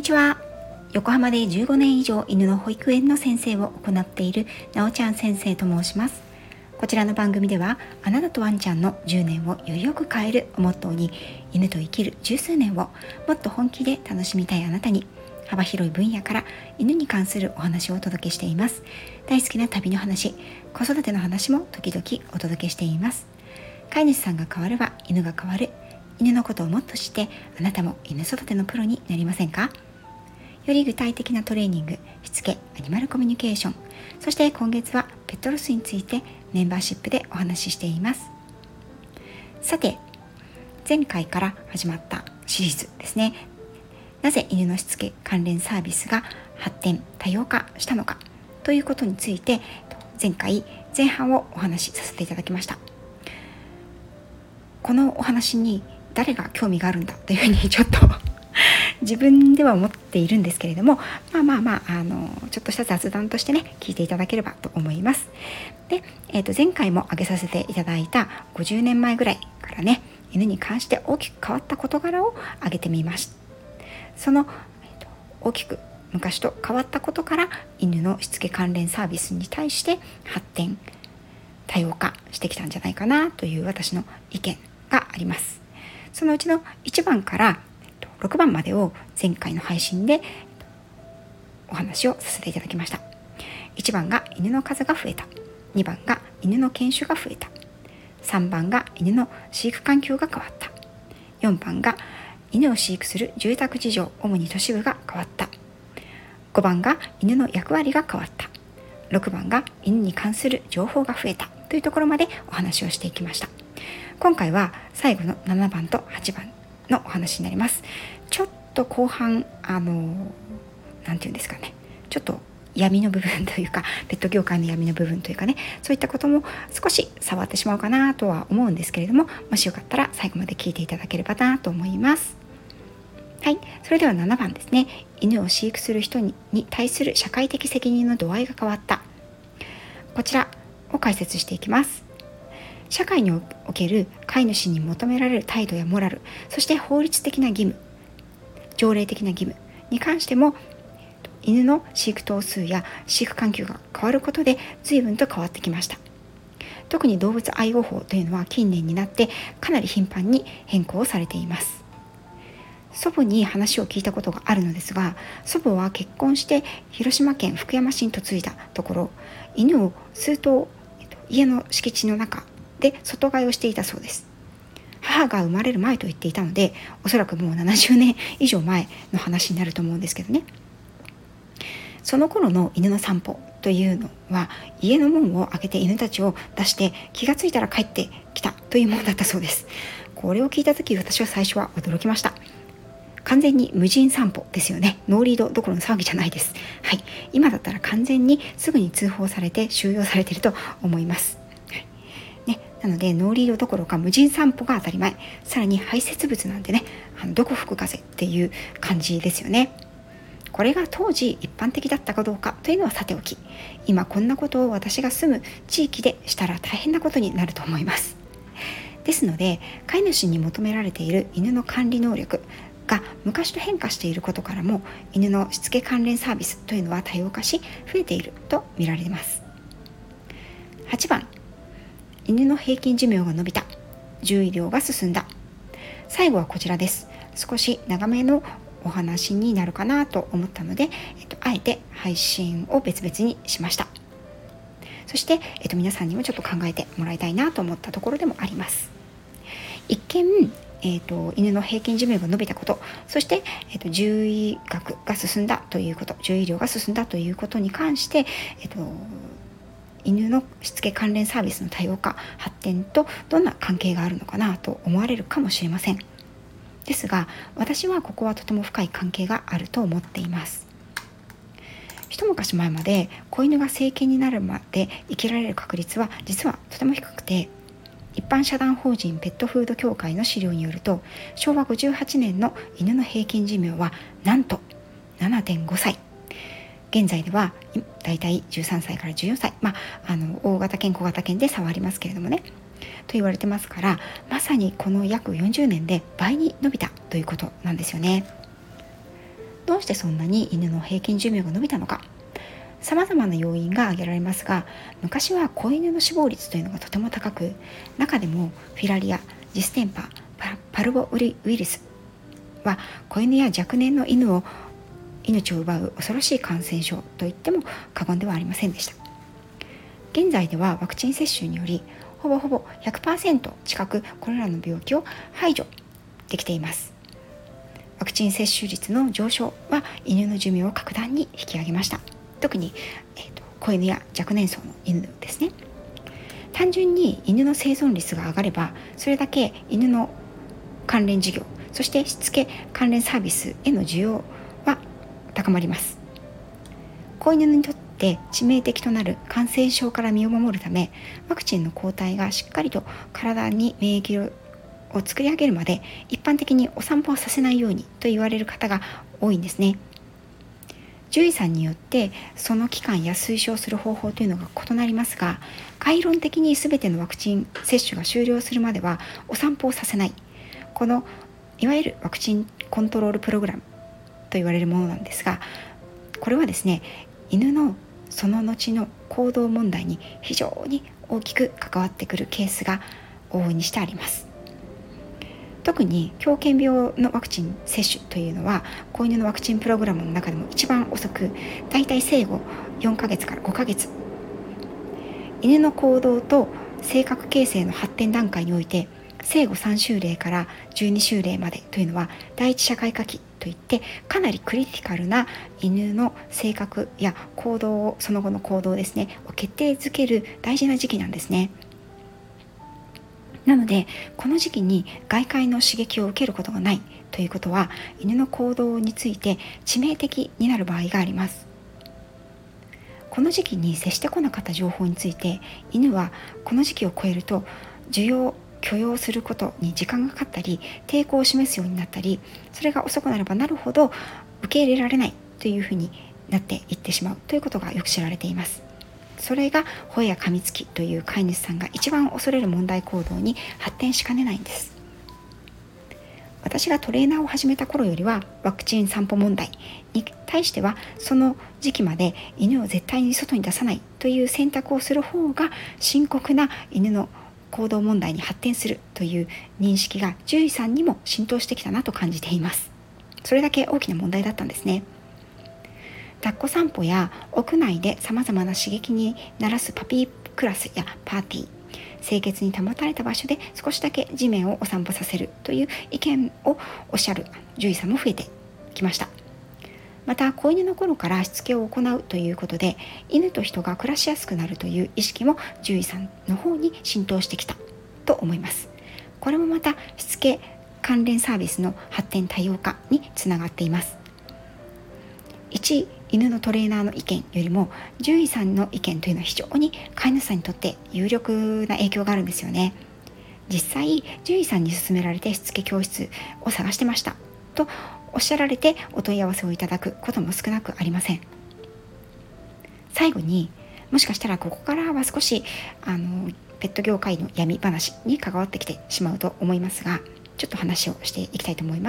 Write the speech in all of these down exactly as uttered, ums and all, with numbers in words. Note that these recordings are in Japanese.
ちは。横浜でじゅうごねん以上犬の保育園の先生を行っているなおちゃん先生と申します。こちらの番組では、あなたとワンちゃんのじゅうねんをよりよく変えるをモットーに、犬と生きる十数年をもっと本気で楽しみたいあなたに、幅広い分野から犬に関するお話をお届けしています。大好きな旅の話、子育ての話も時々お届けしています。飼い主さんが変われば犬が変わる。犬のことをもっと知って、あなたも犬育てのプロになりませんか？より具体的なトレーニング、しつけ、アニマルコミュニケーション、そして今月はペットロスについてメンバーシップでお話ししています。さて、前回から始まったシリーズですね。なぜ犬のしつけ関連サービスが発展、多様化したのかということについて、前回前半をお話しさせていただきました。このお話に誰が興味があるんだというふうにちょっと自分では思っているんですけれども、まあまあまあ、あのちょっとした雑談としてね、聞いていただければと思います。で、えー、と前回も挙げさせていただいたごじゅうねんまえぐらいからね、犬に関して大きく変わった事柄を挙げてみました。その、えー、と大きく昔と変わったことから、犬のしつけ関連サービスに対して発展、多様化してきたんじゃないかなという私の意見があります。そのうちのいちばんからろくばんまでを前回の配信でお話をさせていただきました。いちばんが犬の数が増えた、にばんが犬の犬種が増えた、さんばんが犬の飼育環境が変わった、よんばんが犬を飼育する住宅事情、主に都市部が変わった、ごばんが犬の役割が変わった、ろくばんが犬に関する情報が増えたというところまでお話をしていきました。今回は最後のななばんとはちばんのお話になります。ちょっと後半、あのなんていうんですかね、ちょっと闇の部分というか、ペット業界の闇の部分というかね、そういったことも少し触ってしまうかなとは思うんですけれども、もしよかったら最後まで聞いていただければなと思います。はい、それではななばんですね。犬を飼育する人にに対する社会的責任の度合いが変わった。こちらを解説していきます。社会における飼い主に求められる態度やモラル、そして法律的な義務、条例的な義務に関しても、犬の飼育頭数や飼育環境が変わることで随分と変わってきました。特に動物愛護法というのは近年になってかなり頻繁に変更されています。祖母に話を聞いたことがあるのですが、祖母は結婚して広島県福山市に嫁いだところ、犬を数頭、えっと、家の敷地の中で外飼いをしていたそうです。母が生まれる前と言っていたので、おそらくもうななじゅうねん以上前の話になると思うんですけどね。その頃の犬の散歩というのは、家の門を開けて犬たちを出して気がついたら帰ってきたというものだったそうです。これを聞いた時、私は最初は驚きました。完全に無人散歩ですよね。ノーリードどころの騒ぎじゃないです。はい、今だったら完全にすぐに通報されて収容されていると思います。はいね、なのでノーリードどころか無人散歩が当たり前。さらに排泄物なんてね、あのどこ吹く風っていう感じですよね。これが当時一般的だったかどうかというのはさておき、今こんなことを私が住む地域でしたら大変なことになると思います。ですので、飼い主に求められている犬の管理能力が昔と変化していることからも、犬のしつけ関連サービスというのは多様化し増えていると見られます。はちばん、犬の平均寿命が伸びた、獣医療が進んだ。最後はこちらです。少し長めのお話になるかなと思ったので、えっと、あえて配信を別々にしました。そして、えっと、皆さんにもちょっと考えてもらいたいなと思ったところでもあります。一見えーと、犬の平均寿命が伸びたこと、そして、えーと、獣医学が進んだということ、獣医療が進んだということに関して、えーと、犬のしつけ関連サービスの多様化、発展とどんな関係があるのかなと思われるかもしれません。ですが、私はここはとても深い関係があると思っています。一昔前まで子犬が成犬になるまで生きられる確率は実はとても低くて、一般社団法人ペットフード協会の資料によると、しょうわごじゅうはちねんの犬の平均寿命はなんと ななてんごさい。現在ではだいたいじゅうさんさいからじゅうよんさい、まあ、あの大型犬小型犬で差はありますけれどもね、と言われてますから、まさにこの約よんじゅうねんで倍に伸びたということなんですよね。 どうしてそんなに犬の平均寿命が伸びたのか、さまざまな要因が挙げられますが、昔は子犬の死亡率というのがとても高く、中でもフィラリア、ジステンパー、パ、パルボウイルスは子犬や若年の犬を命を奪う恐ろしい感染症と言っても過言ではありませんでした。現在ではワクチン接種によりほぼほぼ ひゃくパーセント 近くこれらの病気を排除できています。ワクチン接種率の上昇は犬の寿命を格段に引き上げました。特に、えーと、子犬や若年層の犬ですね。単純に犬の生存率が上がれば、それだけ犬の関連事業、そしてしつけ関連サービスへの需要は高まります。子犬にとって致命的となる感染症から身を守るため、ワクチンの抗体がしっかりと体に免疫を作り上げるまで一般的にお散歩をさせないようにと言われる方が多いんですね。獣医さんによってその期間や推奨する方法というのが異なりますが、概論的に全てのワクチン接種が終了するまではお散歩をさせない、このいわゆるワクチンコントロールプログラムと言われるものなんですが、これはですね、犬のその後の行動問題に非常に大きく関わってくるケースが往々にしてあります。特に狂犬病のワクチン接種というのは子犬のワクチンプログラムの中でも一番遅く、だいたい生後よんかげつからごかげつ、犬の行動と性格形成の発展段階において生後さん週齢からじゅうに週齢までというのは第一社会科期といって、かなりクリティカルな犬の性格や行動を、その後の行動ですねを決定づける大事な時期なんですね。なのでこの時期に外界の刺激を受けることがないということは、犬の行動について致命的になる場合があります。この時期に接してこなかった情報について、犬はこの時期を超えると受容許容することに時間がかかったり、抵抗を示すようになったり、それが遅くなればなるほど受け入れられないというふうになっていってしまうということがよく知られています。それが吠えや噛みつきという飼い主さんが一番恐れる問題行動に発展しかねないんです。私がトレーナーを始めた頃よりは、ワクチン散歩問題に対してはその時期まで犬を絶対に外に出さないという選択をする方が深刻な犬の行動問題に発展するという認識が獣医さんにも浸透してきたなと感じています。それだけ大きな問題だったんですね。抱っこ散歩や屋内でさまざまな刺激に慣らすパピークラスやパーティー、清潔に保たれた場所で少しだけ地面をお散歩させるという意見をおっしゃる獣医さんも増えてきました。また子犬の頃からしつけを行うということで、犬と人が暮らしやすくなるという意識も獣医さんの方に浸透してきたと思います。これもまたしつけ関連サービスの発展多様化につながっています。一犬のトレーナーの意見よりも獣医さんの意見というのは非常に飼い主さんにとって有力な影響があるんですよね。実際獣医さんに勧められてしつけ教室を探してましたとおっしゃられてお問い合わせをいただくことも少なくありません。最後に、もしかしたらここからは少しあのペット業界の闇話に関わってきてしまうと思いますが、ちょっと話をしていきたいと思います。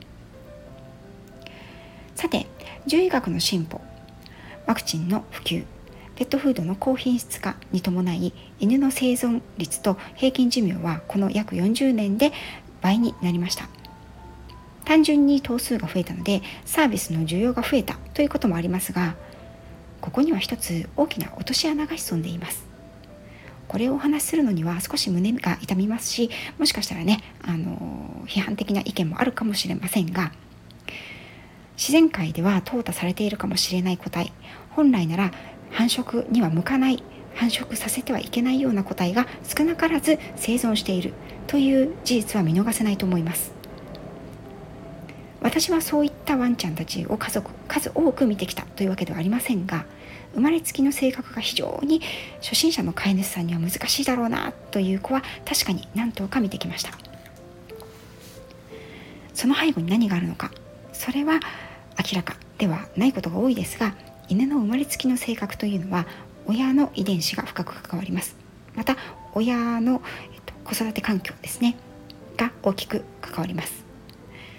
さて、獣医学の進歩、ワクチンの普及、ペットフードの高品質化に伴い、犬の生存率と平均寿命はこの約よんじゅうねんで倍になりました。単純に頭数が増えたのでサービスの需要が増えたということもありますが、ここには一つ大きな落とし穴が潜んでいます。これをお話しするのには少し胸が痛みますし、もしかしたらね、あの批判的な意見もあるかもしれませんが、自然界では淘汰されているかもしれない個体、本来なら繁殖には向かない、繁殖させてはいけないような個体が少なからず生存しているという事実は見逃せないと思います。私はそういったワンちゃんたちを家族数多く見てきたというわけではありませんが、生まれつきの性格が非常に初心者の飼い主さんには難しいだろうなという子は確かに何頭か見てきました。その背後に何があるのか、それは明らかではないことが多いですが、犬の生まれつきの性格というのは親の遺伝子が深く関わります。また親の、えっと、子育て環境ですねが大きく関わります。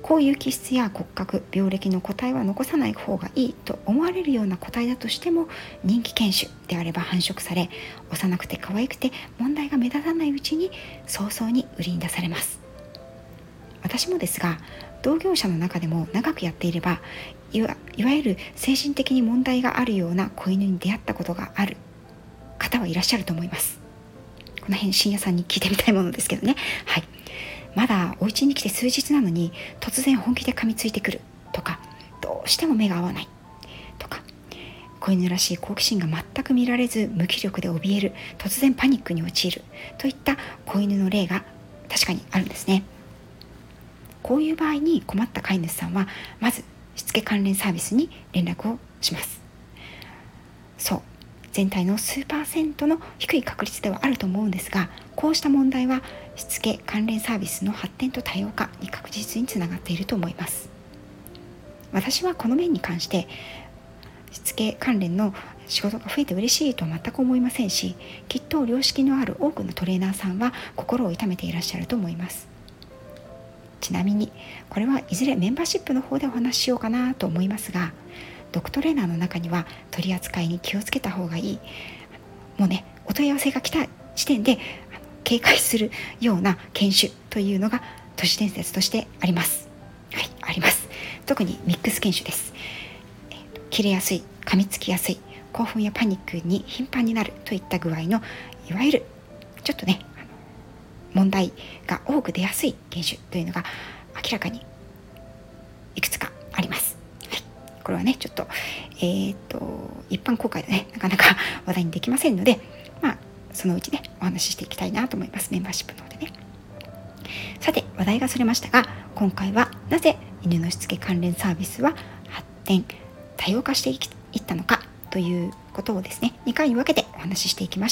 こういう気質や骨格、病歴の個体は残さない方がいいと思われるような個体だとしても、人気犬種であれば繁殖され、幼くて可愛くて問題が目立たないうちに早々に売りに出されます。私もですが、同業者の中でも長くやっていれば、いわ、いわゆる精神的に問題があるような子犬に出会ったことがある方はいらっしゃると思います。この辺深夜さんに聞いてみたいものですけどね。はい。まだお家に来て数日なのに突然本気で噛みついてくるとか、どうしても目が合わないとか、子犬らしい好奇心が全く見られず無気力で怯える、突然パニックに陥るといった子犬の例が確かにあるんですね。こういう場合に困った飼い主さんはまずしつけ関連サービスに連絡をします。そう、全体の数パーセントの低い確率ではあると思うんですが、こうした問題はしつけ関連サービスの発展と多様化に確実につながっていると思います。私はこの面に関してしつけ関連の仕事が増えて嬉しいとは全く思いませんし、きっと良識のある多くのトレーナーさんは心を痛めていらっしゃると思います。ちなみにこれはいずれメンバーシップの方でお話ししようかなと思いますが、ドッグトレーナーの中には取り扱いに気をつけた方がいい、もうね、お問い合わせが来た時点で警戒するような犬種というのが都市伝説としてあります。はい、あります。特にミックス犬種です。えーと、切れやすい、噛みつきやすい、興奮やパニックに頻繁になるといった具合の、いわゆるちょっとね、あの問題が多く出やすい犬種というのが明らかにいくつかあります。はい、これはね、ちょっとえー、と一般公開でね、なかなか話題にできませんので、まあそのうちねお話ししていきたいなと思います。メンバーシップの方でね。さて、話題がそれましたが、今回はなぜ犬のしつけ関連サービスは発展多様化していったのかということをですね、にかいに分けてお話ししていきました。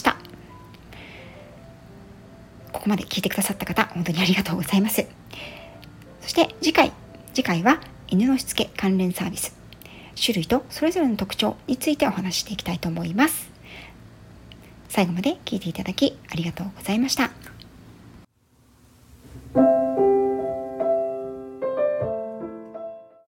ここまで聞いてくださった方、本当にありがとうございます。そして次回次回は犬のしつけ関連サービス、種類とそれぞれの特徴についてお話ししていきたいと思います。最後まで聞いていただきありがとうございました。